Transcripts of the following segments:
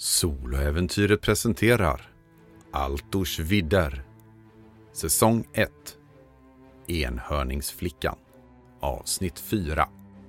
Soloäventyret presenterar Altors vidder. Säsong 1. Enhörningsflickan. Avsnitt 4.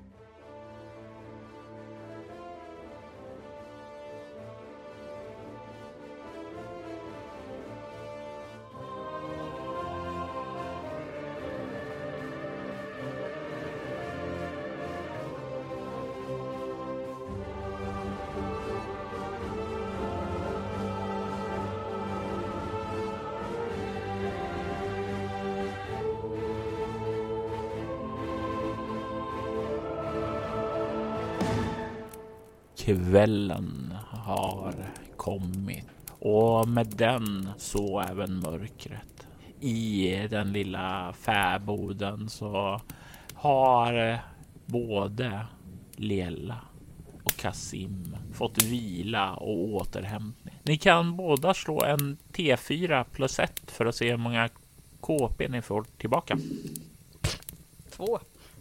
Kvällen har kommit och med den så även mörkret. I den lilla fäboden så har både Lela och Kasim fått vila och återhämtning. Ni kan båda slå en T4 plus 1 för att se hur många KP ni får tillbaka. 2.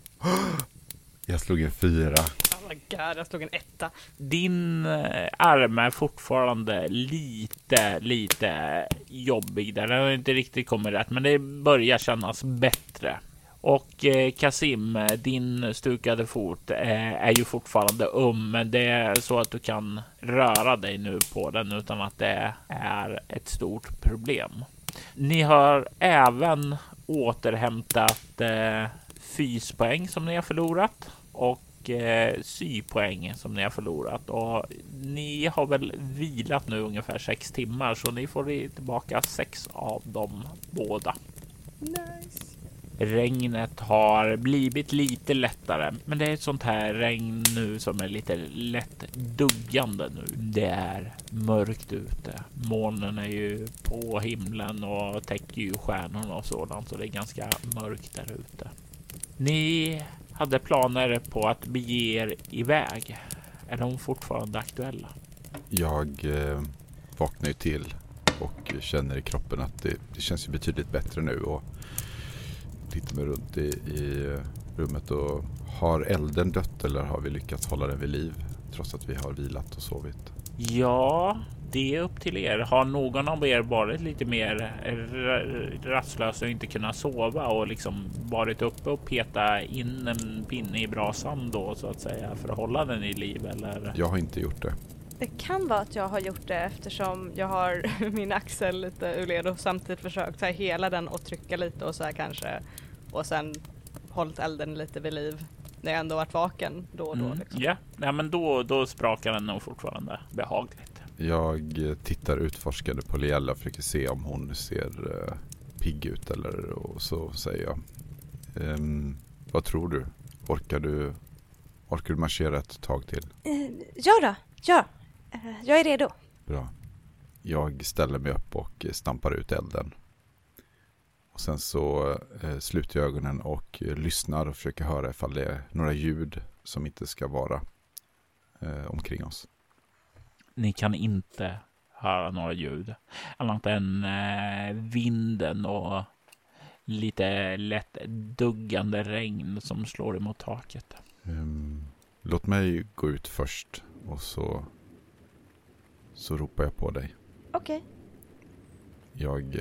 Jag slog en 4. Jag slog en 1. Din arm är fortfarande lite jobbig där. Den har inte riktigt kommit rätt, men det börjar kännas bättre. Och Kasim, din stukade fot är ju fortfarande men det är så att du kan röra dig nu på den utan att det är ett stort problem. Ni har även återhämtat fyspoäng som ni har förlorat och sypoäng som ni har förlorat, och ni har väl vilat nu ungefär 6 timmar, så ni får tillbaka 6 av dem båda. Nice. Regnet har blivit lite lättare, men det är ett sånt här regn nu som är lite lätt duggande nu. Det är mörkt ute. Molnen är ju på himlen och täcker ju stjärnorna och sådant, så det är ganska mörkt där ute. Ni hade planer på att bege er iväg. Är de fortfarande aktuella? Jag vaknar ju till och känner i kroppen att det känns ju betydligt bättre nu, och tittar mig runt i rummet. Och har elden dött eller har vi lyckats hålla den vid liv trots att vi har vilat och sovit? Ja, det är upp till er. Har någon av er varit lite mer rastlös och inte kunnat sova och liksom varit uppe och peta in en pinne i brasan då, så att säga, för att hålla den i liv, eller? Jag har inte gjort det. Det kan vara att jag har gjort det eftersom jag har min axel lite ur led och samtidigt försökt så här hela den och trycka lite och så här kanske, och sen hållit elden lite vid liv när jag ändå varit vaken då och då. Liksom. Ja, men då sprakar den nog fortfarande behagligt. Jag tittar utforskande på Liella och försöker se om hon ser pigg ut, eller, och så säger jag. Vad tror du? Orkar du marschera ett tag till? Ja. Jag är redo. Bra. Jag ställer mig upp och stampar ut elden. Och sen så sluter jag ögonen och lyssnar och försöker höra ifall det är några ljud som inte ska vara omkring oss. Ni kan inte höra några ljud annat än vinden och lite lätt duggande regn som slår emot taket. Låt mig gå ut först och så ropar jag på dig. Okej. Jag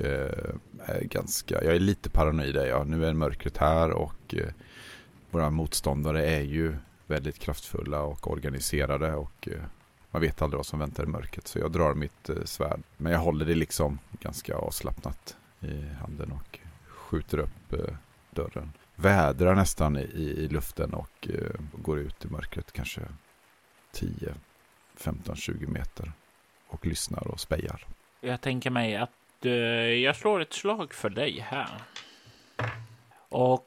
är lite paranoid. Nu är mörkret här och våra motståndare är ju väldigt kraftfulla och organiserade, och man vet aldrig vad som väntar i mörkret, så jag drar mitt svärd. Men jag håller det liksom ganska avslappnat i handen och skjuter upp dörren. Vädrar nästan i luften och går ut i mörkret kanske 10, 15, 20 meter och lyssnar och spejar. Jag tänker mig att jag slår ett slag för dig här. Och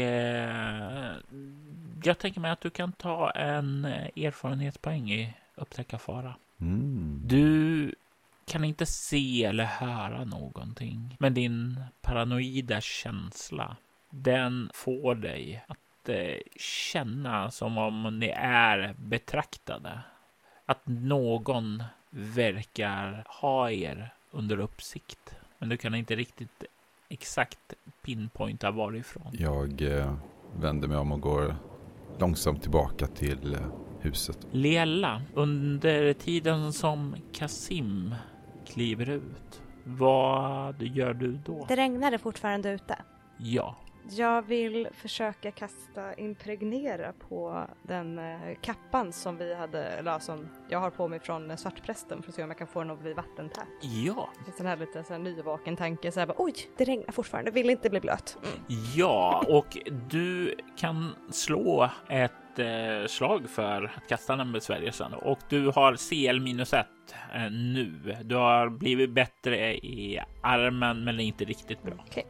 jag tänker mig att du kan ta en erfarenhetspoäng i upptäcka fara. Du kan inte se eller höra någonting, men din paranoida känsla, den får dig att känna som om ni är betraktade. Att någon verkar ha er under uppsikt. Men du kan inte riktigt exakt pinpointa varifrån. Jag vänder mig om och går långsamt tillbaka till huset. Liella, under tiden som Kasim kliver ut, vad gör du då? Det regnade fortfarande ute. Ja. Jag vill försöka kasta impregnera på den kappan som vi hade, eller som jag har på mig från svartprästen, för att se om jag kan få den att bli vattentät. Ja. En sån här lite så här nyvaken tanke, så här bara, oj, det regnar fortfarande, vill inte bli blöt. Ja, och du kan slå ett slag för att kasta den besvärjelsen. Och du har CL-1 nu. Du har blivit bättre i armen, men inte riktigt bra. Okej.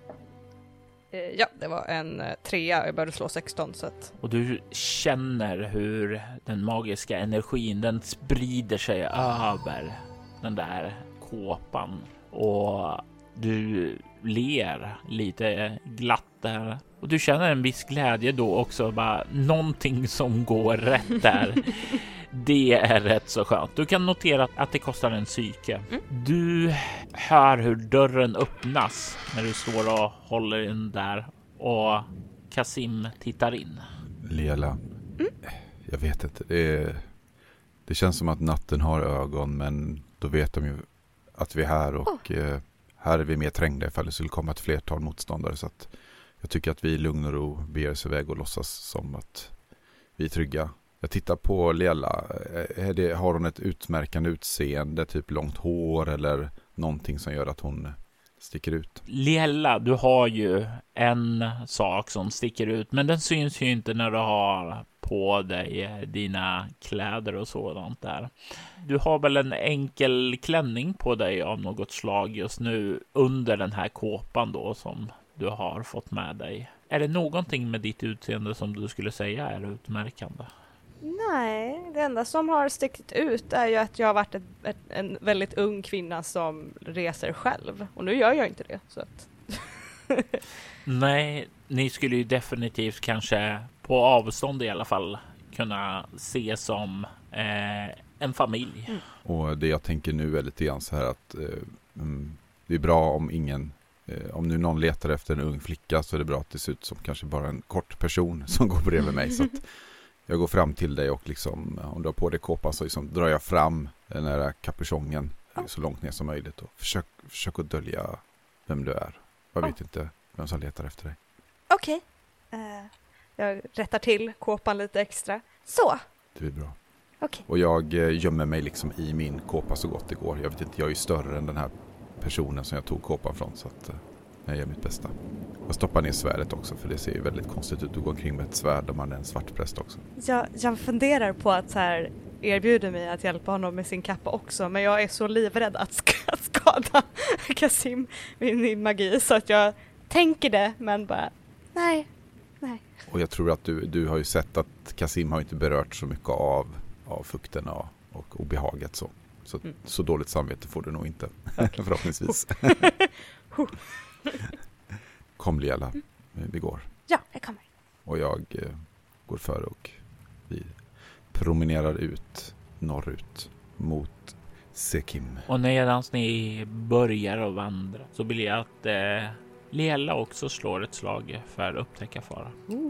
Ja, det var en 3. Jag började slå 16 så att... Och du känner hur den magiska energin, den sprider sig över den där kåpan. Och du ler lite glatt där. Och du känner en viss glädje då också. Bara någonting som går rätt där. Det är rätt så skönt. Du kan notera att det kostar en psyke. Du hör hur dörren öppnas när du står och håller in där. Och Kasim tittar in. Liella, jag vet inte. Det känns som att natten har ögon, men då vet de ju att vi är här och här är vi mer trängda ifall det skulle komma ett flertal motståndare. Så att jag tycker att vi i lugn och ro beger oss iväg och låtsas som att vi är trygga. Jag tittar på Liella. Har hon ett utmärkande utseende, typ långt hår eller någonting som gör att hon sticker ut? Liella, du har ju en sak som sticker ut, men den syns ju inte när du har på dig dina kläder och sådant där. Du har väl en enkel klänning på dig av något slag just nu under den här kåpan då som du har fått med dig. Är det någonting med ditt utseende som du skulle säga är utmärkande? Nej, det enda som har stickit ut är ju att jag har varit en väldigt ung kvinna som reser själv. Och nu gör jag inte det. Så att... Nej, ni skulle ju definitivt kanske på avstånd i alla fall kunna se som en familj. Och det jag tänker nu är lite grann så här att det är bra om om nu någon letar efter en ung flicka så är det bra att det ser ut som kanske bara en kort person som går bredvid mig. Så att jag går fram till dig och liksom, om du har på dig kåpan så liksom drar jag fram den här kapuschongen så långt ner som möjligt och försök att dölja vem du är. Jag vet inte vem som letar efter dig. Okej. Jag rättar till kåpan lite extra. Så. Det är bra. Okej. Och jag gömmer mig liksom i min kåpa så gott det går. Jag vet inte, jag är ju större än den här personen som jag tog kåpan från, så att jag gör mitt bästa. Jag stoppar ner svärdet också, för det ser ju väldigt konstigt ut att gå omkring med ett svärd om man är en svartpräst också. Jag funderar på att så här erbjuder mig att hjälpa honom med sin kappa också, men jag är så livrädd att skada Kasim med min magi, så att jag tänker det, men bara nej. Och jag tror att du har ju sett att Kasim har inte berört så mycket av fukten och obehaget så dåligt samvete får du nog inte, förhoppningsvis. Kom Liella, vi går. Ja, jag kommer. Och jag går före och vi promenerar ut norrut mot Sekim. Och när ni börjar att vandra så vill jag att Liella också slår ett slag för upptäcka fara.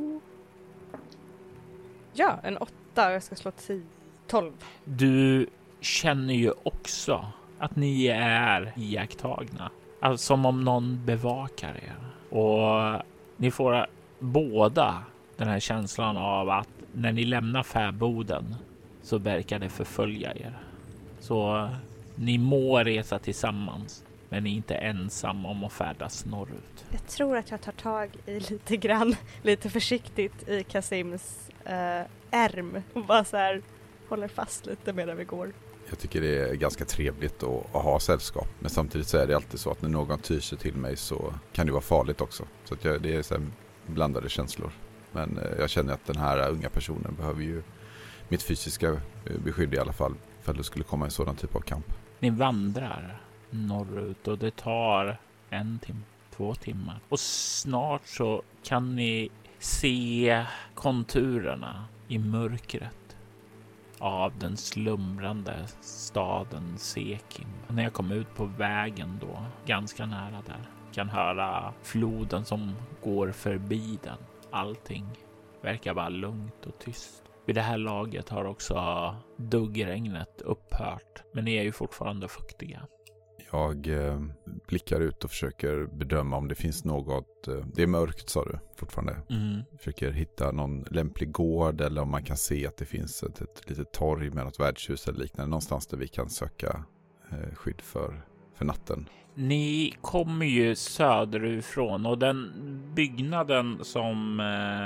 Ja, en 8. Jag ska slå 12. Du känner ju också att ni är iakttagna. Alltså som om någon bevakar er. Och ni får båda den här känslan av att när ni lämnar fäboden så verkar det förfölja er. Så ni må resa tillsammans, men ni är inte ensam om att färdas norrut. Jag tror att jag tar tag i lite försiktigt i Kasims ärm och bara så här håller fast lite medan vi går. Jag tycker det är ganska trevligt att ha sällskap. Men samtidigt så är det alltid så att när någon tyr sig till mig så kan det vara farligt också. Så att det är så här blandade känslor. Men jag känner att den här unga personen behöver ju mitt fysiska beskydd i alla fall. För det skulle komma en sådan typ av kamp. Ni vandrar norrut och det tar 1 timme, 2 timmar. Och snart så kan ni se konturerna i mörkret av den slumrande staden Sekim. Och när jag kom ut på vägen då, ganska nära där, kan höra floden som går förbi den. Allting verkar vara lugnt och tyst. Vid det här laget har också duggregnet upphört, men ni är ju fortfarande fuktiga. Jag blickar ut och försöker bedöma om det finns något. Det är mörkt, sa du fortfarande. Försöker hitta någon lämplig gård eller om man kan se att det finns ett litet torg med något värdshus eller liknande. Någonstans där vi kan söka skydd för natten. Ni kommer ju söderifrån och den byggnaden som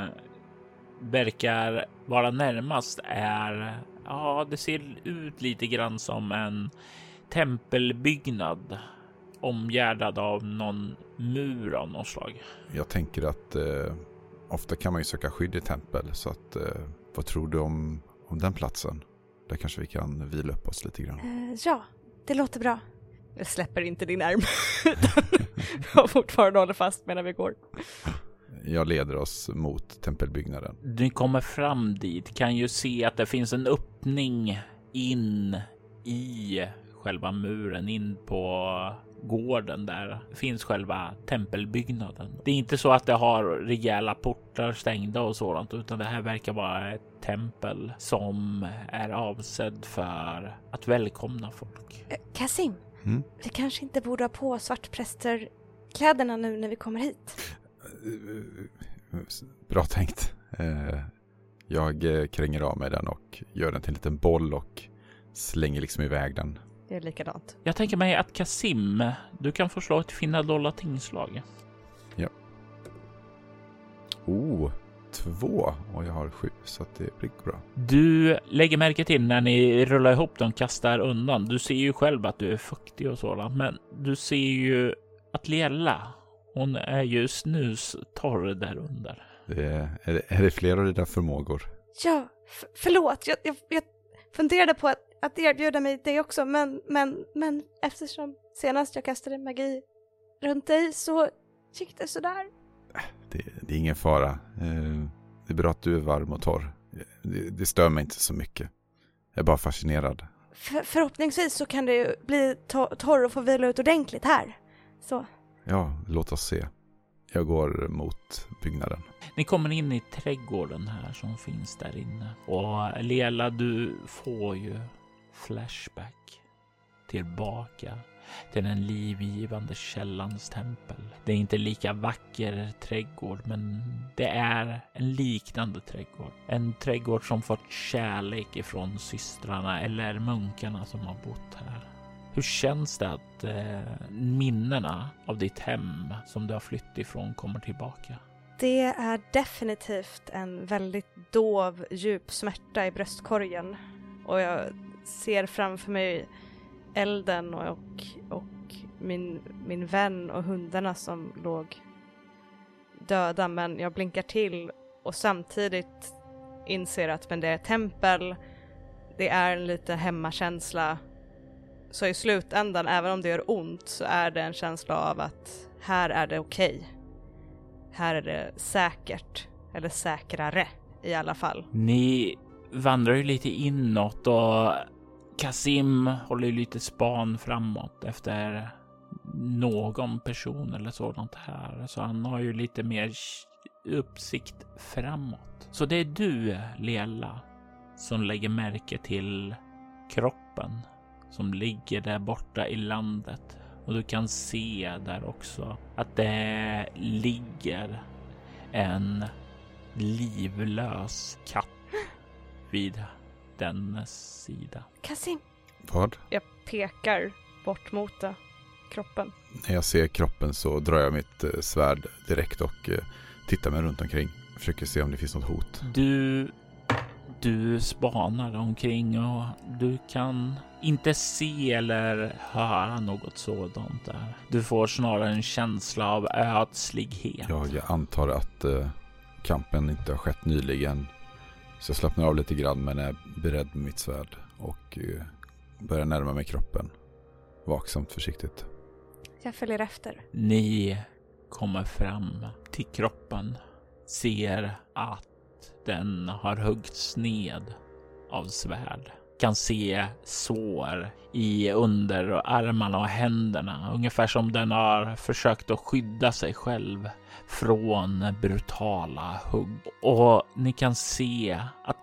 verkar vara närmast är, ja, det ser ut lite grann som en tempelbyggnad omgärdad av någon mur av något slag. Jag tänker att ofta kan man ju söka skydd i tempel, så att vad tror du om den platsen? Där kanske vi kan vila upp oss lite grann. Ja, det låter bra. Jag släpper inte din arm. Jag fortfarande håller fast medan vi går. Jag leder oss mot tempelbyggnaden. Ni kommer fram dit, kan ju se att det finns en öppning in i själva muren, in på gården där finns själva tempelbyggnaden. Det är inte så att det har rejäla portar stängda och sådant, utan det här verkar vara ett tempel som är avsedd för att välkomna folk. Kasim, vi kanske inte borde ha på svartprästerkläderna nu när vi kommer hit. Bra tänkt. Jag kränger av mig den och gör den till en liten boll och slänger liksom iväg den. Det är likadant. Jag tänker mig att Kasim, du kan få slå ett finna dollar tingslag. Ja. 2 och jag har 7, så att det blir bra. Du lägger märke till när ni rullar ihop dem, kastar undan. Du ser ju själv att du är fuktig och sådant, men du ser ju att Liella, hon är ju snustorr där under. Är det fler av dina förmågor? Ja, förlåt. Jag funderade på att erbjuda mig det också, men eftersom senast jag kastade magi runt dig så gick det sådär. Det är ingen fara. Det är bra att du är varm och torr. Det stör mig inte så mycket. Jag är bara fascinerad. Förhoppningsvis så kan det ju bli torr och få vila ut ordentligt här. Så. Ja, låt oss se. Jag går mot byggnaden. Ni kommer in i trädgården här som finns där inne. Och Lela, du får ju flashback tillbaka till den livgivande källans tempel. Det är inte lika vacker trädgård, men det är en liknande trädgård. En trädgård som fått kärlek ifrån systrarna eller munkarna som har bott här. Hur känns det att minnena av ditt hem som du har flytt ifrån kommer tillbaka? Det är definitivt en väldigt dov, djup smärta i bröstkorgen. Och jag ser framför mig elden och min vän och hundarna som låg döda. Men jag blinkar till och samtidigt inser att men det är tempel. Det är en lite hemmakänsla. Så i slutändan, även om det gör ont, så är det en känsla av att här är det okej. Här är det säkert, eller säkrare i alla fall. Ni vandrar ju lite inåt och Kasim håller lite span framåt efter någon person eller sådant här. Så han har ju lite mer uppsikt framåt. Så det är du, Lela, som lägger märke till kroppen som ligger där borta i landet. Och du kan se där också att det ligger en livlös katt vid den sida. Kasim! Vad? Jag pekar bort mot kroppen. När jag ser kroppen så drar jag mitt svärd direkt och tittar mig runt omkring. Försöker se om det finns något hot. Du spanar omkring och du kan inte se eller höra något sådant där. Du får snarare en känsla av ödslighet. Jag antar att kampen inte har skett nyligen. Så jag slappnar av lite grann, men är beredd med mitt svärd och börjar närma mig kroppen. Vaksamt försiktigt. Jag följer efter. Ni kommer fram till kroppen. Ser att den har huggits ned av svärd. Kan se sår i underarmarna och händerna. Ungefär som den har försökt att skydda sig själv från brutala hugg. Och ni kan se att katten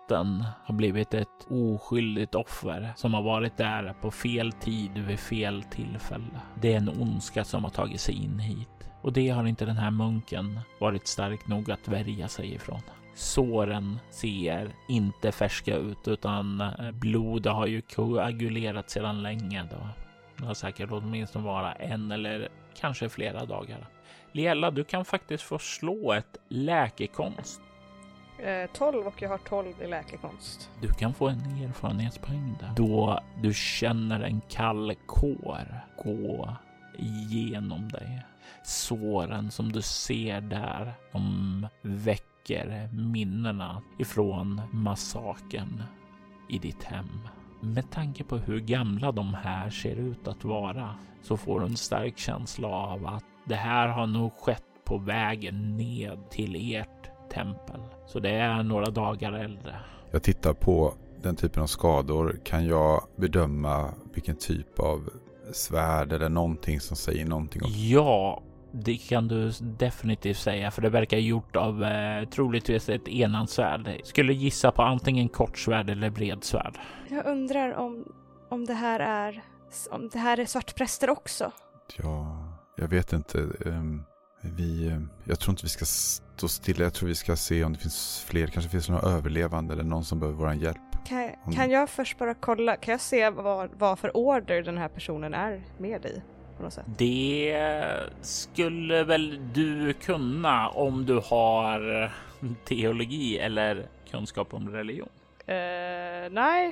natten har blivit ett oskyldigt offer som har varit där på fel tid vid fel tillfälle. Det är en ondska som har tagit sig in hit. Och det har inte den här munken varit stark nog att värja sig ifrån. Såren ser inte färska ut utan blodet har ju koagulerat sedan länge då. Det har säkert åtminstone vara en eller kanske flera dagar. Liella, du kan faktiskt få slå ett läkekonst. 12 och jag har 12 i läkekonst. Du kan få en erfarenhetspoäng där. Då du känner en kall kår gå igenom dig. Såren som du ser där, de väcker minnena ifrån massakern i ditt hem. Med tanke på hur gamla de här ser ut att vara så får du en stark känsla av att det här har nog skett på vägen ned till ert tempel. Så det är några dagar äldre. Jag tittar på den typen av skador. Kan jag bedöma vilken typ av svärd eller någonting som säger någonting om? Ja, det kan du definitivt säga, för det verkar gjort av troligtvis ett enhandsvärd. Skulle gissa på antingen kortsvärd eller bredsvärd. Jag undrar om det här är svartpräster också. Ja, jag vet inte. Jag tror inte vi ska stå stilla. Jag tror vi ska se om det finns fler. Kanske finns några överlevande eller någon som behöver vår hjälp. Kan jag först bara kolla? Kan jag se vad för order den här personen är med i? På något sätt? Det skulle väl du kunna om du har teologi eller kunskap om religion. Nej.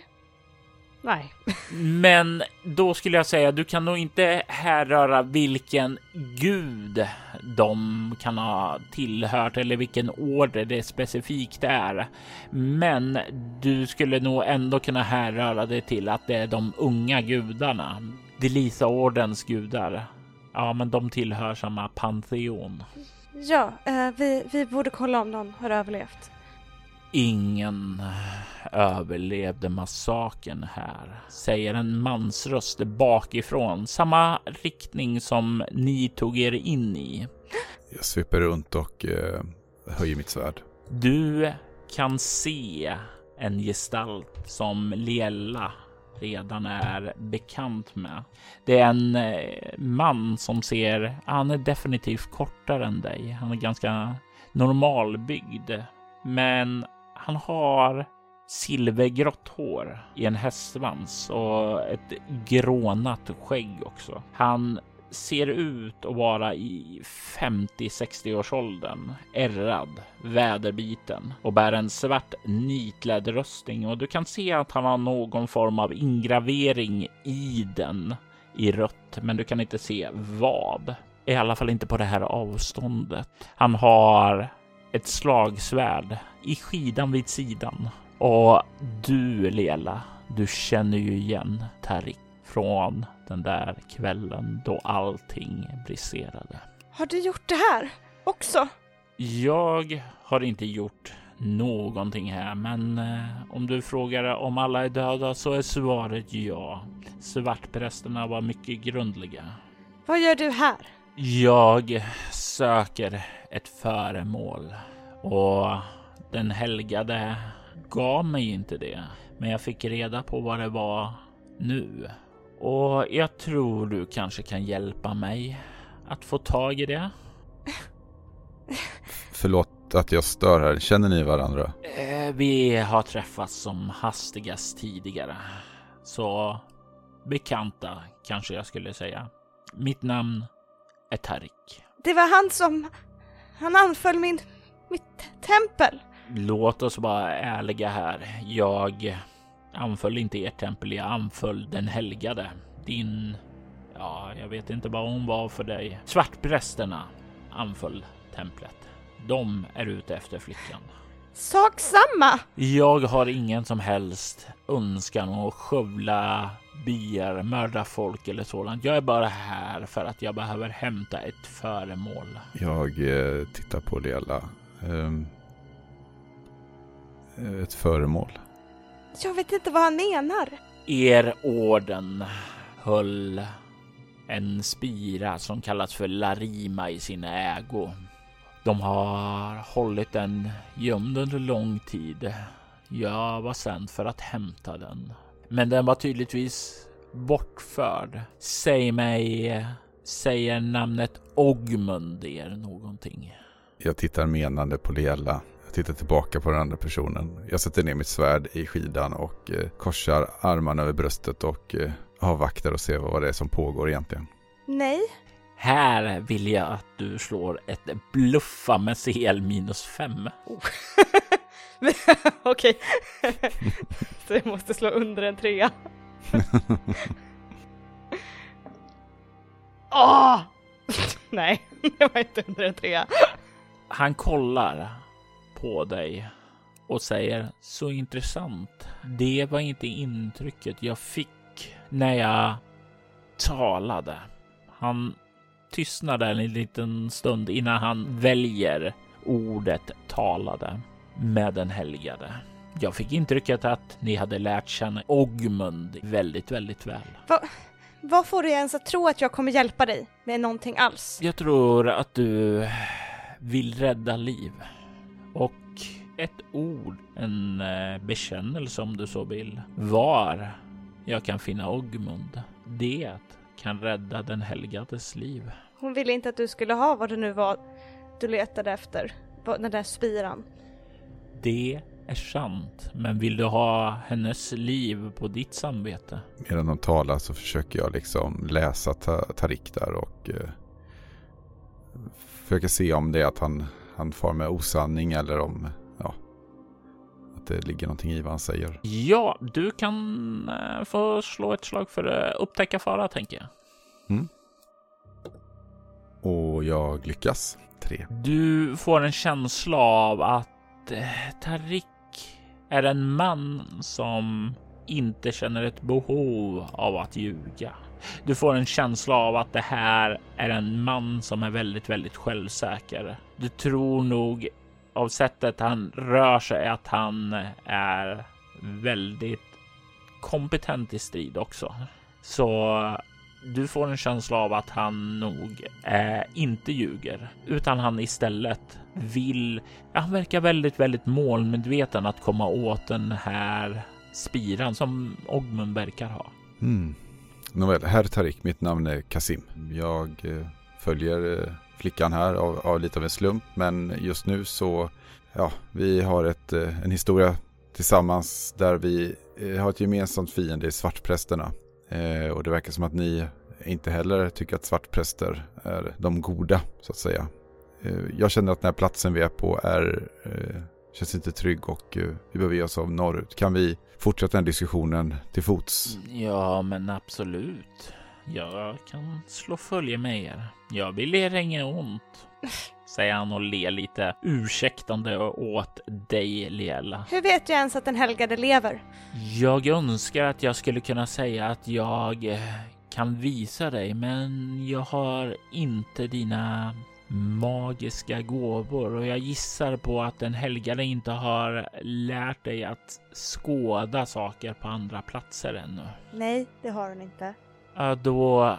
Men då skulle jag säga du kan nog inte härröra vilken gud de kan ha tillhört eller vilken order det specifikt är. Men du skulle nog ändå kunna härröra det till att det är de unga gudarna. Delisa-ordens gudar. Ja, men de tillhör samma pantheon. Ja, vi borde kolla om någon har överlevt. Ingen överlevde massakern här, säger en mansröst bakifrån, samma riktning som ni tog er in i. Jag sveper runt och höjer mitt svärd. Du kan se en gestalt som Liella redan är bekant med. Det är en man som han är definitivt kortare än dig. Han är ganska normalbyggd, men han har silvergrått hår i en hästsvans och ett grånat skägg också. Han ser ut att vara i 50-60 års åldern, ärrad, väderbiten och bär en svart nitläderrustning, och du kan se att han har någon form av ingravering i den i rött, men du kan inte se vad. I alla fall inte på det här avståndet. Han har ett slagsvärd i skidan vid sidan. Och du, Liella, du känner ju igen Tarik från den där kvällen då allting briserade. Har du gjort det här också? Jag har inte gjort någonting här, men om du frågar om alla är döda så är svaret ja. Svartprästerna var mycket grundliga. Vad gör du här? Jag söker ett föremål och den helgade gav mig inte det. Men jag fick reda på vad det var nu. Och jag tror du kanske kan hjälpa mig att få tag i det. Förlåt att jag stör här. Känner ni varandra? Vi har träffats som hastigast tidigare. Så bekanta kanske jag skulle säga. Mitt namn är Tarik. Det var han anföll mitt tempel. Låt oss vara ärliga här. Jag anföll inte ert tempel, jag anföll den helgade. Jag vet inte vad hon var för dig. Svartprästerna anföll templet. De är ute efter flickan. Sak samma! Jag har ingen som helst önskan att skövla byar, mörda folk eller sådant. Jag är bara här för att jag behöver hämta ett föremål. Jag tittar på Liella. Ett föremål. Jag vet inte vad han menar. Er orden höll en spira som kallas för Larima i sin ägo. De har hållit den gömd under lång tid. Jag var sänd för att hämta den. Men den var tydligtvis bortförd. Säger namnet Ogmund er någonting? Jag tittar menande på Liella. Jag tittar tillbaka på den andra personen. Jag sätter ner mitt svärd i skidan och korsar armarna över bröstet och avvaktar och ser vad det är som pågår egentligen. Nej. Här vill jag att du slår ett bluffa med CL -5. Oh. Okej. Så jag måste slå under en 3. Åh! Nej, det var inte under en 3. Han kollar på dig och säger: så intressant. Det var inte intrycket jag fick när jag talade. Han tystnade en liten stund innan han väljer ordet talade med den helgade. Jag fick intrycket att ni hade lärt känna Ogmund väldigt, väldigt väl. Vad får du ens att tro att jag kommer hjälpa dig med någonting alls? Jag tror att du vill rädda liv. Och ett ord, en bekännelse om du så vill, var jag kan finna Ogmund. Det kan rädda den helgades liv. Hon ville inte att du skulle ha vad det nu var du letade efter. Den där spiran. Det är sant, men vill du ha hennes liv på ditt samvete? Medan de talar så försöker jag liksom läsa Tarik där och försöker se om det är att han far med osanning eller om att det ligger någonting i vad han säger. Ja, du kan få slå ett slag för att upptäcka fara, tänker jag. Mm. Och jag lyckas. 3. Du får en känsla av att Tarik är en man som inte känner ett behov av att ljuga. Du får en känsla av att det här är en man som är väldigt, väldigt självsäker. Du tror nog av sättet han rör sig att han är väldigt kompetent i strid också. Så du får en känsla av att han nog inte ljuger, utan han istället han verkar väldigt, väldigt målmedveten att komma åt den här spiran som Ogmund verkar ha. Nåväl, herr Tarik, mitt namn är Kasim. Jag följer flickan här av lite av en slump, men just nu så, vi har en historia tillsammans där vi har ett gemensamt fiende i svartprästerna. Och det verkar som att ni inte heller tycker att svartpräster är de goda, så att säga. Jag känner att den här platsen vi är på känns inte trygg och vi behöver ge oss av norrut. Kan vi fortsätta den diskussionen till fots? Ja, men absolut. Jag kan slå följe med er. Jag vill er inget ont, säger han och ler lite ursäktande åt dig, Liella. Hur vet du ens att den helgade lever? Jag önskar att jag skulle kunna säga att jag kan visa dig, men jag har inte dina magiska gåvor och jag gissar på att den helgade inte har lärt dig att skåda saker på andra platser ännu. Nej, det har hon inte. Då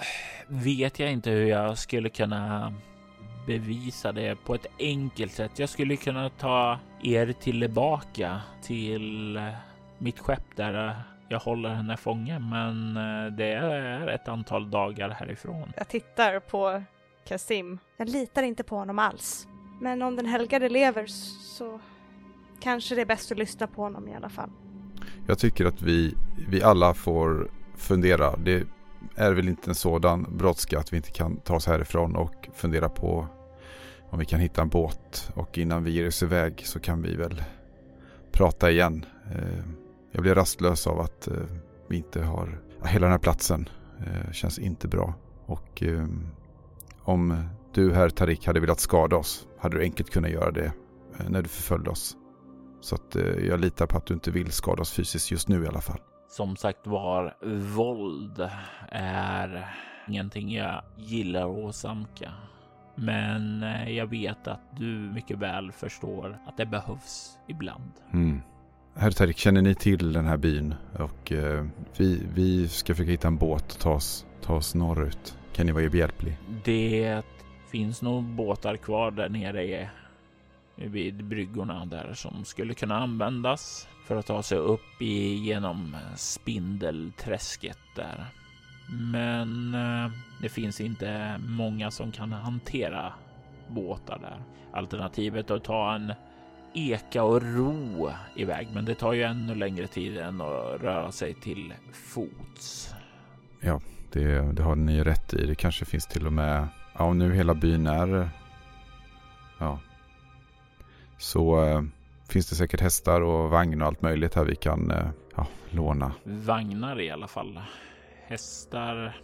vet jag inte hur jag skulle kunna bevisa det på ett enkelt sätt. Jag skulle kunna ta er tillbaka till mitt skepp där jag håller henne fången, men det är ett antal dagar härifrån. Jag tittar på Kasim. Jag litar inte på honom alls. Men om den helgade lever så kanske det är bäst att lyssna på honom i alla fall. Jag tycker att vi alla får fundera. Det är väl inte en sådan brådska att vi inte kan ta oss härifrån och fundera på om vi kan hitta en båt. Och innan vi ger oss iväg så kan vi väl prata igen. Jag blir rastlös av att vi inte har... Hela den här platsen känns inte bra. Och om du, herr Tarik, hade velat skada oss hade du enkelt kunnat göra det när du förföljde oss. Så att jag litar på att du inte vill skada oss fysiskt just nu i alla fall. Som sagt var, våld är ingenting jag gillar att åsamka. Men jag vet att du mycket väl förstår att det behövs ibland. Herr Tarik, känner ni till den här byn? Och vi ska försöka hitta en båt och ta oss norrut. Kan ni vara behjälplig? Det finns nog båtar kvar där nere vid bryggorna där som skulle kunna användas för att ta sig upp genom spindelträsket där. Men det finns inte många som kan hantera båtar där. Alternativet är att ta en eka och ro iväg, men det tar ju ännu längre tid än att röra sig till fots. Ja, det har ni rätt i. Det kanske finns till och med, ja, nu hela byn är, ja, så finns det säkert hästar och vagnar och allt möjligt här vi kan låna. Vagnar i alla fall. Hästar.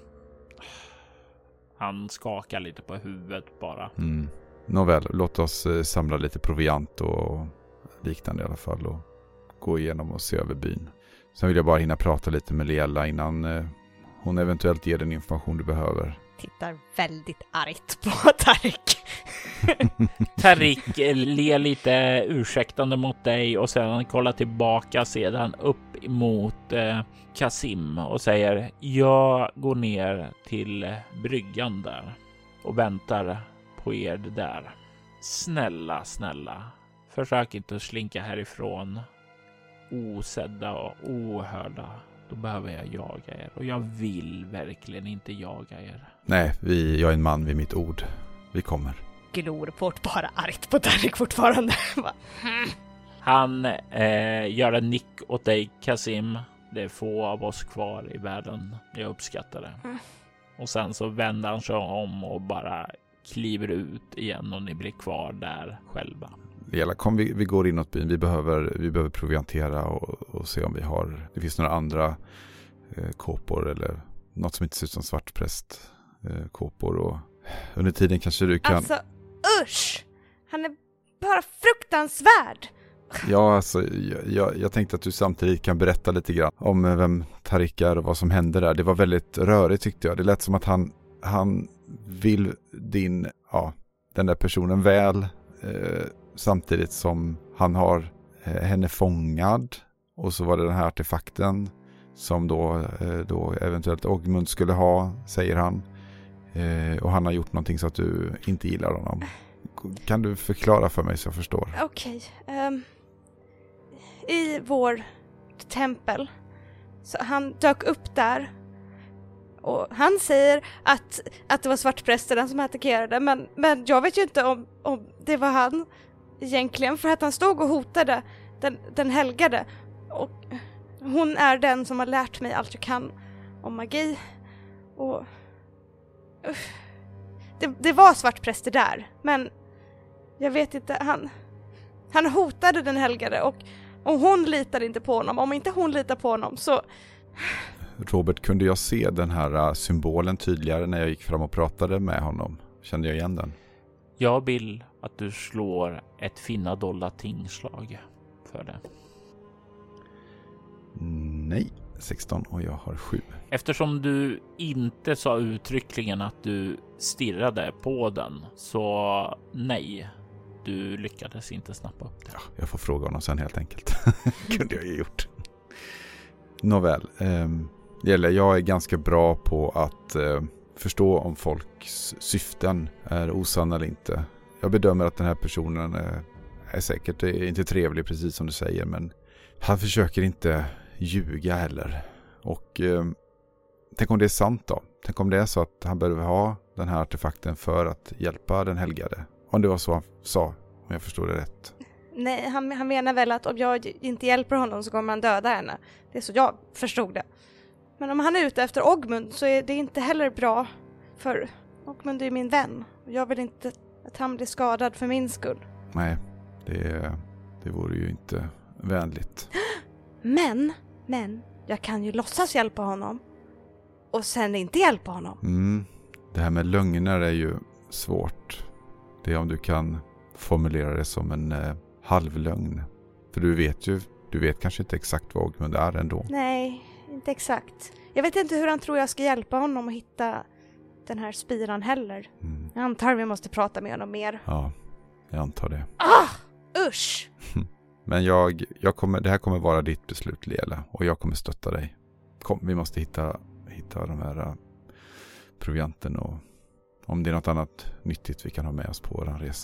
Han skakar lite på huvudet bara. Nåväl, låt oss samla lite proviant och liknande i alla fall och gå igenom och se över byn. Sen vill jag bara hinna prata lite med Lela innan hon eventuellt ger den information du behöver. Tittar väldigt argt på Tarik. Tarik ler lite ursäktande mot dig och sedan kollar tillbaka sedan upp mot Kasim och säger: jag går ner till bryggan där och väntar på er där. Snälla, försök inte att slinka härifrån osedda och ohörda. Då behöver jag jaga er och jag vill verkligen inte jaga er. Nej, jag är en man vid mitt ord. Vi kommer. Glorport bara argt på Tarik fortfarande. Han gör en nick åt dig, Kasim. Det är få av oss kvar i världen. Jag uppskattar det. Och sen så vänder han sig om och bara kliver ut igen och ni blir kvar där själva. Lela, kom vi går inåt byn. Vi behöver proviantera och se om det finns några andra kåpor eller något som inte ser ut som svartpräst kåpor, och under tiden kanske du kan... Alltså, usch! Han är bara fruktansvärd! Ja, alltså, jag tänkte att du samtidigt kan berätta lite grann om vem Tarik är och vad som hände där. Det var väldigt rörigt tyckte jag. Det lät som att han vill den där personen väl, samtidigt som han har henne fångad, och så var det den här artefakten som då eventuellt Ogmund skulle ha, säger han. Och han har gjort någonting så att du inte gillar honom. Kan du förklara för mig så jag förstår? Okej. I vår tempel så han dök upp där och han säger att det var svartprästen som attackerade, men jag vet ju inte om det var han egentligen, för att han stod och hotade den helgade, och hon är den som har lärt mig allt jag kan om magi, och det var svartpräster där, men jag vet inte, han hotade den helgade, och hon litade inte på honom. Om inte hon litar på honom så... Robert, kunde jag se den här symbolen tydligare när jag gick fram och pratade med honom? Kände jag igen den? Jag vill att du slår ett finna dollar tingslag för det. Nej, 16 och jag har 7. Eftersom du inte sa uttryckligen att du stirrade på den, så nej, du lyckades inte snappa upp det. Ja, jag får fråga honom sen helt enkelt. Kunde jag ju gjort. Nåväl, jag är ganska bra på att förstå om folks syften är osanna eller inte. Jag bedömer att den här personen är säkert inte trevlig, precis som du säger, men han försöker inte ljuga heller. Och tänk om det är sant då? Tänk om det är så att han behöver ha den här artefakten för att hjälpa den helgade? Om det var så han sa, om jag förstår det rätt. Nej, han menar väl att om jag inte hjälper honom så kommer han döda henne. Det är så jag förstod det. Men om han är ute efter Ogmund så är det inte heller bra, för Ogmund är min vän. Och jag vill inte att han blir skadad för min skull. Nej, det vore ju inte vänligt. Men, jag kan ju låtsas hjälpa honom. Och sen inte hjälpa honom. Det här med lögner är ju svårt. Det är om du kan formulera det som en halvlögn. För du vet kanske inte exakt vad Ogmund är ändå. Nej, inte exakt. Jag vet inte hur han tror jag ska hjälpa honom att hitta den här spiran heller. Jag antar vi måste prata med honom mer. Ja, jag antar det. Usch! Men det här kommer vara ditt beslut, Lela. Och jag kommer stötta dig. Kom, vi måste hitta de här provianten, och om det är något annat nyttigt vi kan ha med oss på vår resa.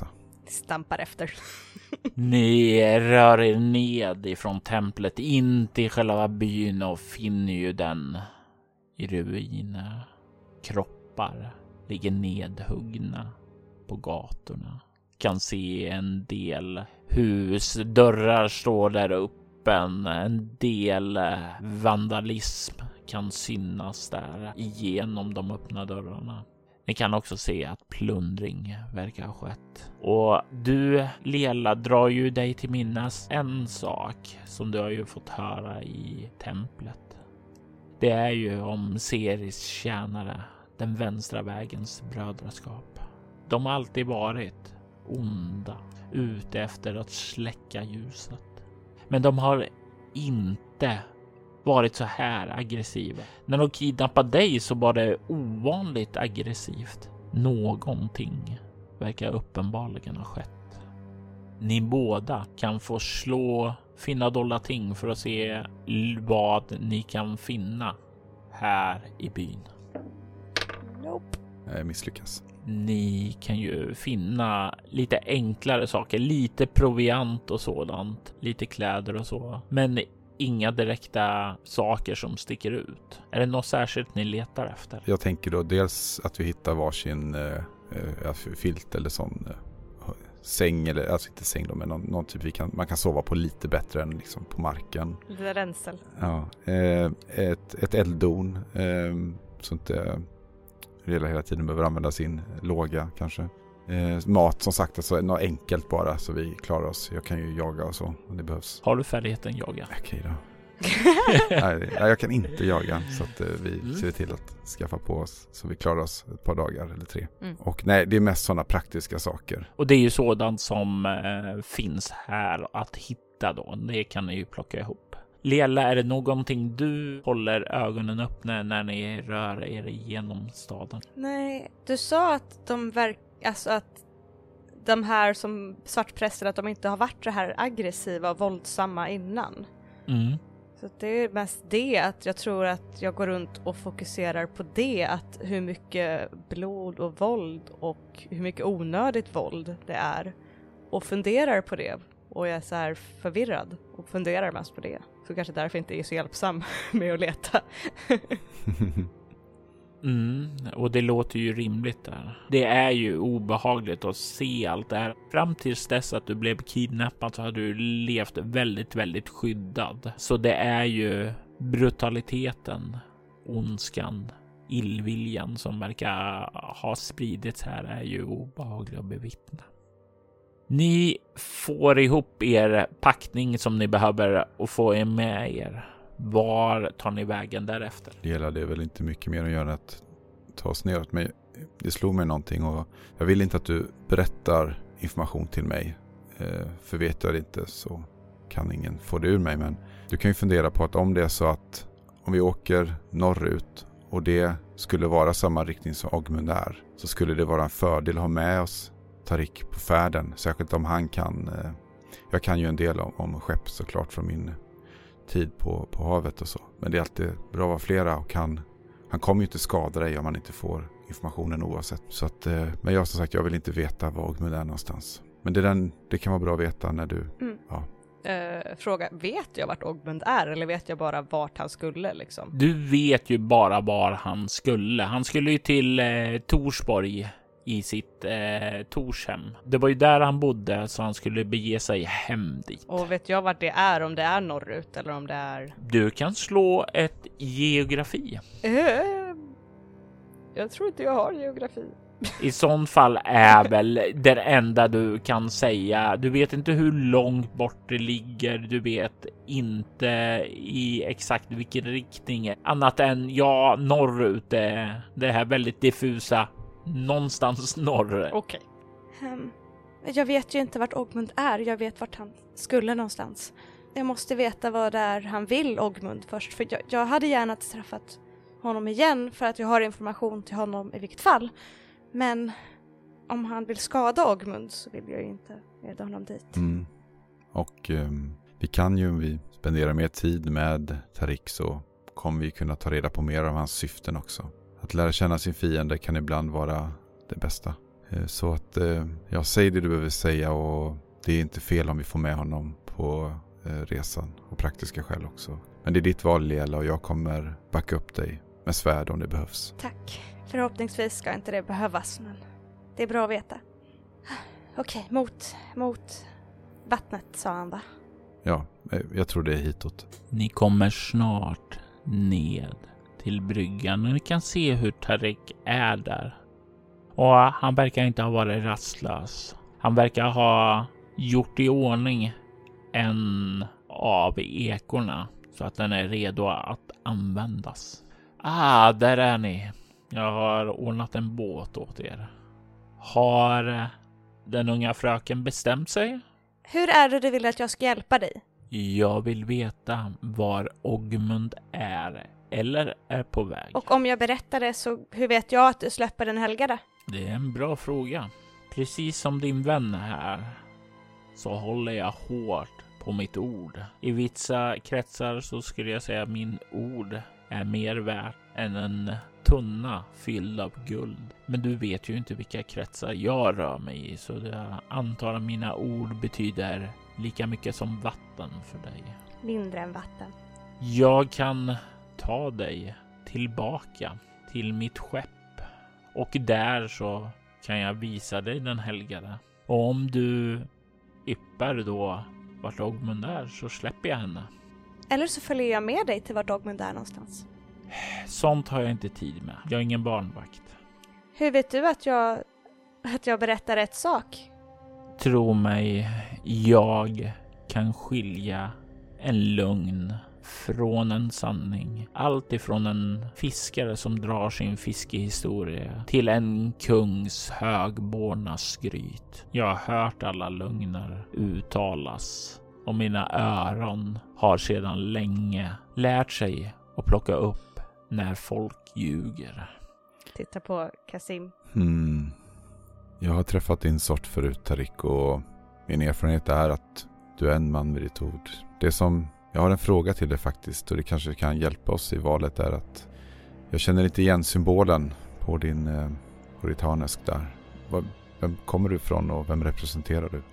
Stampar efter. Ni rör er ned ifrån templet in till själva byn och finner ju den i ruiner. Kroppar ligger nedhuggna på gatorna. Kan se en del hus, dörrar står där öppen. En del vandalism kan synas där igenom de öppna dörrarna. Ni kan också se att plundring verkar ha skett. Och du, Lela, drar ju dig till minnas en sak som du har ju fått höra i templet. Det är ju om Ceres tjänare, den vänstra vägens brödraskap. De har alltid varit onda, ute efter att släcka ljuset. Men de har inte varit så här aggressiva. När de kidnappade dig så var det ovanligt aggressivt. Någonting verkar uppenbarligen ha skett. Ni båda kan få slå finna dolda ting för att se vad ni kan finna här i byn. Nope. Jag misslyckas. Ni kan ju finna lite enklare saker, lite proviant och sådant, lite kläder och så, men inga direkta saker som sticker ut. Är det något särskilt ni letar efter? Jag tänker då dels att vi hittar varsin filt eller sån säng, eller alltså inte säng då, men någon typ man kan sova på lite bättre än liksom på marken. Lite ränsel. Ja, ett elddon så inte hela tiden behöver använda sin låga kanske. Mat som sagt, alltså något enkelt bara så vi klarar oss. Jag kan ju jaga och så om det behövs. Har du färdigheten jaga? Okej då. Nej, jag kan inte jaga så att vi ser till att skaffa på oss så vi klarar oss ett par dagar eller 3. Och nej, det är mest sådana praktiska saker. Och det är ju sådant som finns här att hitta då. Det kan ni ju plocka ihop. Lela, är det någonting du håller ögonen öppna när ni rör er igenom staden? Nej, du sa att att de här som svartpräster, att de inte har varit så här aggressiva och våldsamma innan. Så det är mest det, att jag tror att jag går runt och fokuserar på det, att hur mycket blod och våld och hur mycket onödigt våld det är, och funderar på det. Och jag är så här förvirrad och funderar mest på det. Så kanske därför inte är så hjälpsam med att leta. Och det låter ju rimligt där. Det är ju obehagligt att se allt det här. Fram tills dess att du blev kidnappad så hade du levt väldigt, väldigt skyddad. Så det är ju brutaliteten, ondskan, illviljan som verkar ha spridits här är ju obehagligt att bevittna. Ni får ihop er packning som ni behöver och få er med er. Var tar ni vägen därefter? Det är väl inte mycket mer att göra än att ta oss neråt. Men det slog mig någonting och jag vill inte att du berättar information till mig. För vet jag det inte så kan ingen få det ur mig. Men du kan ju fundera på att om det är så att om vi åker norrut och det skulle vara samma riktning som Ogmund är, så skulle det vara en fördel att ha med oss Tariq på färden. Särskilt om han kan. Jag kan ju en del om skepp såklart från min tid på havet och så. Men det är alltid bra att vara flera och han kommer ju inte skada dig om man inte får informationen oavsett. Så att, men jag som sagt, jag vill inte veta var Ogmund är någonstans. Men det kan vara bra att veta när du... Ja. Fråga, vet jag vart Ogmund är eller vet jag bara vart han skulle liksom? Du vet ju bara var han skulle. Han skulle ju till Torsborg i sitt Torshem. Det var ju där han bodde, så han skulle bege sig hem dit. Och vet jag vart det är, om det är norrut eller om det är... Du kan slå ett geografi. Jag tror inte jag har geografi. I sån fall är väl det enda du kan säga. Du vet inte hur långt bort det ligger. Du vet inte i exakt vilken riktning. Annat än norrut. Det här väldigt diffusa. Någonstans norr. Okej. Jag vet ju inte vart Ogmund är. Jag vet vart han skulle någonstans. Jag måste veta vad det är han vill, Ogmund, först. För jag hade gärna träffat honom igen för att jag har information till honom i vilket fall. Men om han vill skada Ogmund så vill jag ju inte leda honom dit. Och vi kan ju, om vi spenderar mer tid med Tariq, så kommer vi kunna ta reda på mer av hans syften också. Att lära känna sin fiende kan ibland vara det bästa. Så att jag säger det du behöver säga, och det är inte fel om vi får med honom på resan, och praktiska skäl också. Men det är ditt val, Liela, och jag kommer backa upp dig med svärd om det behövs. Tack. Förhoppningsvis ska inte det behövas, men det är bra att veta. Okej, mot vattnet, sa han, va? Ja, jag tror det är hitåt. Ni kommer snart ned till bryggan och ni kan se hur Tarik är där. Och han verkar inte ha varit rastlös. Han verkar ha gjort i ordning en av ekorna så att den är redo att användas. Där är ni. Jag har ordnat en båt åt er. Har den unga fröken bestämt sig? Hur är det du vill att jag ska hjälpa dig? Jag vill veta var Ogmund är eller är på väg. Och om jag berättar det, så hur vet jag att du släpper den helgade? Det är en bra fråga. Precis som din vän här så håller jag hårt på mitt ord. I vissa kretsar så skulle jag säga att min ord är mer värt än en tunna fylld av guld. Men du vet ju inte vilka kretsar jag rör mig i, så jag antar att mina ord betyder lika mycket som vatten för dig. Mindre än vatten. Jag kan ta dig tillbaka till mitt skepp och där så kan jag visa dig den helgade. Och om du yppar då vart Ogmund är så släpper jag henne. Eller så följer jag med dig till vart Ogmund är någonstans. Sånt har jag inte tid med. Jag är ingen barnvakt. Hur vet du att jag berättar rätt sak? Tro mig, jag kan skilja en lögn från en sanning. Allt ifrån en fiskare som drar sin fiskehistoria till en kungs högborna skryt. Jag har hört alla lögner uttalas och mina öron har sedan länge lärt sig att plocka upp när folk ljuger. Titta på Kasim. Jag har träffat din sort förut, Tarik, och min erfarenhet är att du är en man med ditt ord. Det som jag har en fråga till dig faktiskt, och det kanske kan hjälpa oss i valet, är att jag känner inte igen symbolen på ditt harnesk där. Vem kommer du ifrån och vem representerar du?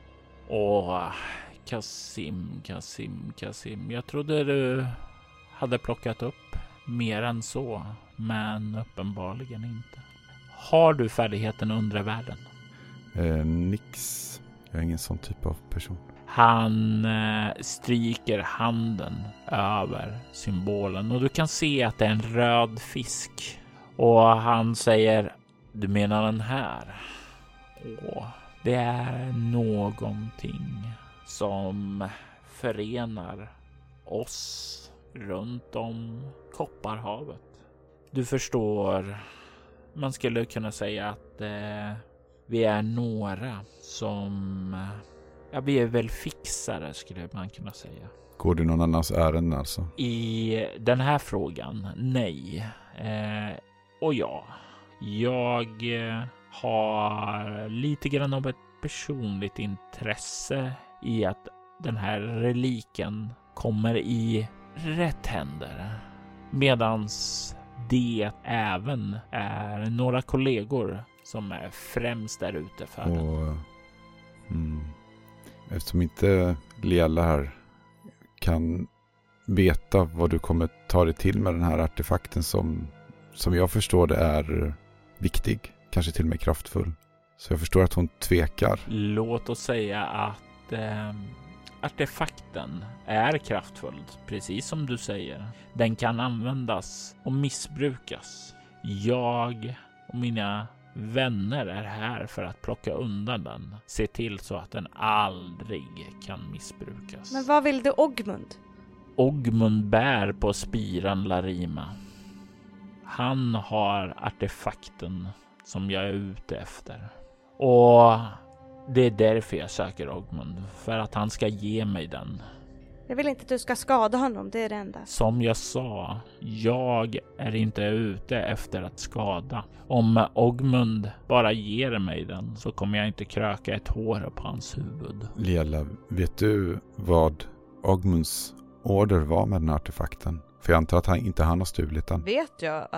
Kasim. Jag trodde du hade plockat upp mer än så, men uppenbarligen inte. Har du färdigheten undre världen? Nix. Jag är ingen sån typ av person. Han stryker handen över symbolen och du kan se att det är en röd fisk. Och han säger, du menar den här? Det är någonting som förenar oss runt om Kopparhavet. Du förstår, man skulle kunna säga att vi är några som... Ja, vi är väl fixare skulle man kunna säga. Går du någon annans ärende alltså? I den här frågan, nej. Och ja, jag har lite grann av ett personligt intresse i att den här reliken kommer i rätt händer. Medans det även är några kollegor som är främst där ute för den. Eftersom inte Liela här kan veta vad du kommer ta dig till med den här artefakten som jag förstår det är viktig, kanske till och med kraftfull. Så jag förstår att hon tvekar. Låt oss säga att artefakten är kraftfull, precis som du säger. Den kan användas och missbrukas. Jag och mina vänner är här för att plocka undan den. Se till så att den aldrig kan missbrukas. Men vad vill du Ogmund? Ogmund bär på spiran Larima. Han har artefakten som jag är ute efter. Och det är därför jag söker Ogmund. För att han ska ge mig den. Jag vill inte att du ska skada honom, det är det enda. Som jag sa, jag är inte ute efter att skada. Om Ogmund bara ger mig den så kommer jag inte kröka ett hår på hans huvud. Liela, vet du vad Ogmunds order var med den här artefakten? För jag antar att han inte har stulit den. Vet jag att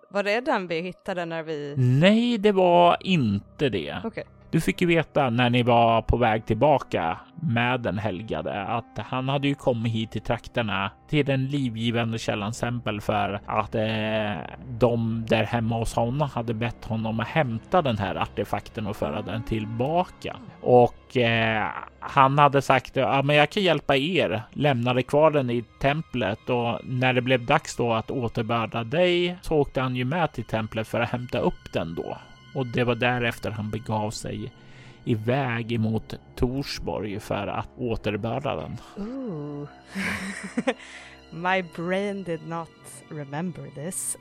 Var det den vi hittade när vi... Nej, det var inte det. Okej. Du fick ju veta när ni var på väg tillbaka med den helgade att han hade ju kommit hit till trakterna till den livgivande källans tempel för att de där hemma hos honom hade bett honom att hämta den här artefakten och föra den tillbaka. Och han hade sagt ja, men jag kan hjälpa er. Lämnade kvar den i templet och när det blev dags då att återbörda dig så åkte han ju med till templet för att hämta upp den då. Och det var därefter han begav sig iväg emot Torsborg för att återbörda den. Ooh. My brain did not remember this.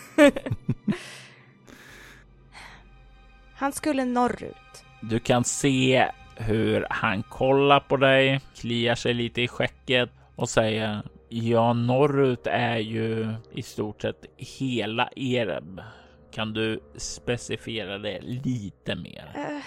Han skulle norrut. Du kan se hur han kollar på dig, kliar sig lite i skäcket och säger ja, norrut är ju i stort sett hela Ereb. Kan du specificera det lite mer?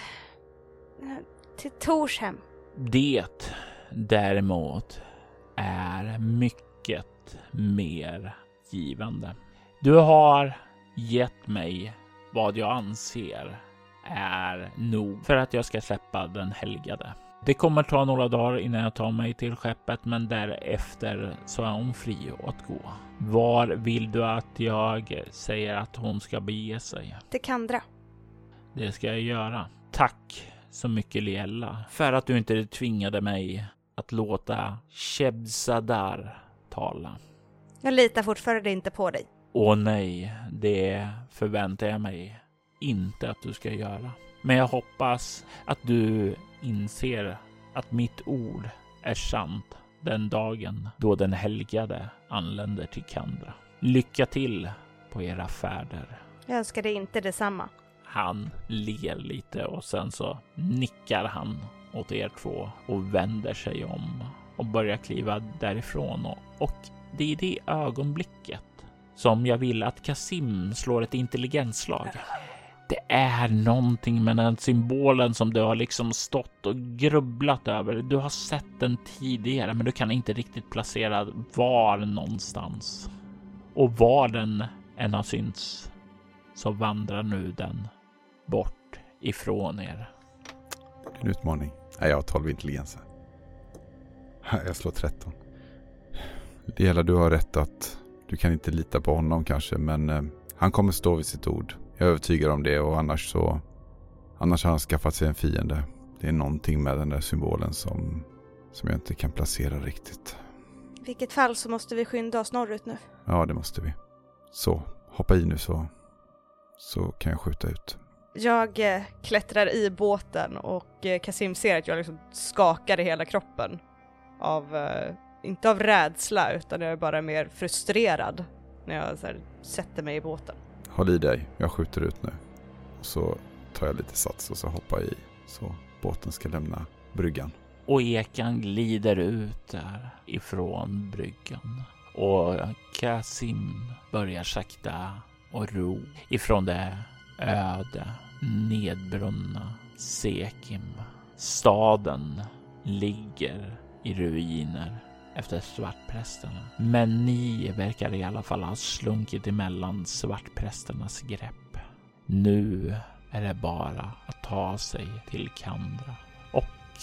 Till Torshem. Det däremot är mycket mer givande. Du har gett mig vad jag anser är nog för att jag ska släppa den helgade. Det kommer ta några dagar innan jag tar mig till skeppet, men därefter så är hon fri att gå. Var vill du att jag säger att hon ska bege sig? Till Kandra. Det ska jag göra. Tack så mycket, Liella, för att du inte tvingade mig att låta Shebsadar tala. Jag litar fortfarande inte på dig. Åh nej, det förväntar jag mig inte att du ska göra. Men jag hoppas att du inser att mitt ord är sant den dagen då den helgade anländer till Kandra. Lycka till på era färder. Jag önskar dig inte detsamma. Han ler lite och sen så nickar han åt er två och vänder sig om och börjar kliva därifrån. Och det är det ögonblicket som jag vill att Kasim slår ett intelligensslag. Det är någonting med den symbolen som du har liksom stått och grubblat över. Du har sett den tidigare, men du kan inte riktigt placera var någonstans. Och var den än har synts så vandrar nu den bort ifrån er. Det är en utmaning. Nej, jag har 12 intelligenser. Jag slår 13. Det gäller, du har rätt att du kan inte lita på honom kanske, men han kommer stå vid sitt ord. Jag är övertygad om det, och annars har han skaffat sig en fiende. Det är någonting med den där symbolen som jag inte kan placera riktigt. I vilket fall så måste vi skynda oss norrut nu. Ja, det måste vi. Så, hoppa i nu så kan jag skjuta ut. Jag klättrar i båten och Kasim ser att jag liksom skakar i hela kroppen. Inte av rädsla, utan jag är bara mer frustrerad när jag så här, sätter mig i båten. Håll i dig, jag skjuter ut nu. Och så tar jag lite sats och så hoppar i så båten ska lämna bryggan. Och ekan glider ut där ifrån bryggan. Och Kasim börjar sakta och ro ifrån det öde, nedbrunna Sekim. Staden ligger i ruiner efter svartprästerna. Men ni verkar i alla fall ha slunkit emellan svartprästernas grepp. Nu är det bara att ta sig till Kandra. Och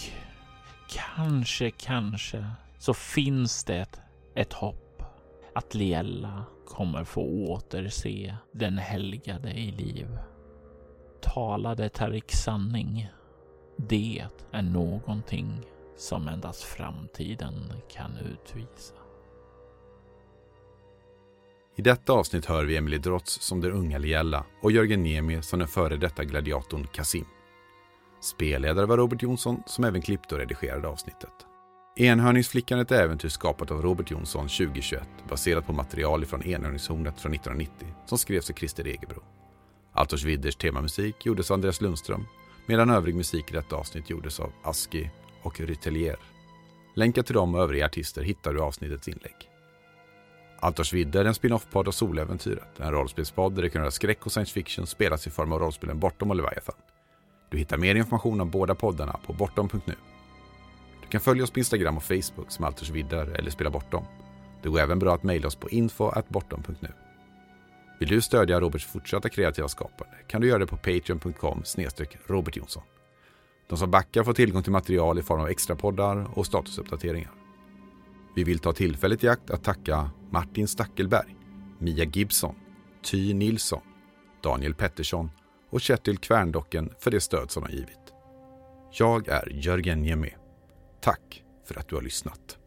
kanske så finns det ett hopp att Liella kommer få återse den helgade i liv. Talade Tarik sanning? Det är någonting som endast framtiden kan utvisa. I detta avsnitt hör vi Emily Drotz som den unga Liella och Jörgen Niemi som den före detta gladiatorn Kasim. Spelledare var Robert Jonsson som även klippte och redigerade avsnittet. Enhörningsflickan är ett äventyr skapat av Robert Jonsson 2021 baserat på material från Enhörningshornet från 1990 som skrevs av Christer Egebro. Altors Widders temamusik gjordes av Andreas Lundström, medan övrig musik i detta avsnitt gjordes av Aski och Rytelier. Länkar till dem och övriga artister hittar du i avsnittets inlägg. Altors Vidder är en spin-off-podd av Soläventyret, en rollspelspodd där det kan göra skräck och science fiction spelas i form av rollspelen Bortom och Leviathan. Du hittar mer information om båda poddarna på bortom.nu. Du kan följa oss på Instagram och Facebook som Altors Vidder eller Spela Bortom. Det går även bra att mejla oss på info@bortom.nu. Vill du stödja Roberts fortsatta kreativa skapande kan du göra det på patreon.com/robertjonsson. De som backar får tillgång till material i form av extra poddar och statusuppdateringar. Vi vill ta tillfället i akt att tacka Martin Stackelberg, Mia Gibson, Ty Nilsson, Daniel Pettersson och Kjetil Kvärndocken för det stöd som de har givit. Jag är Jörgen Niemi. Tack för att du har lyssnat.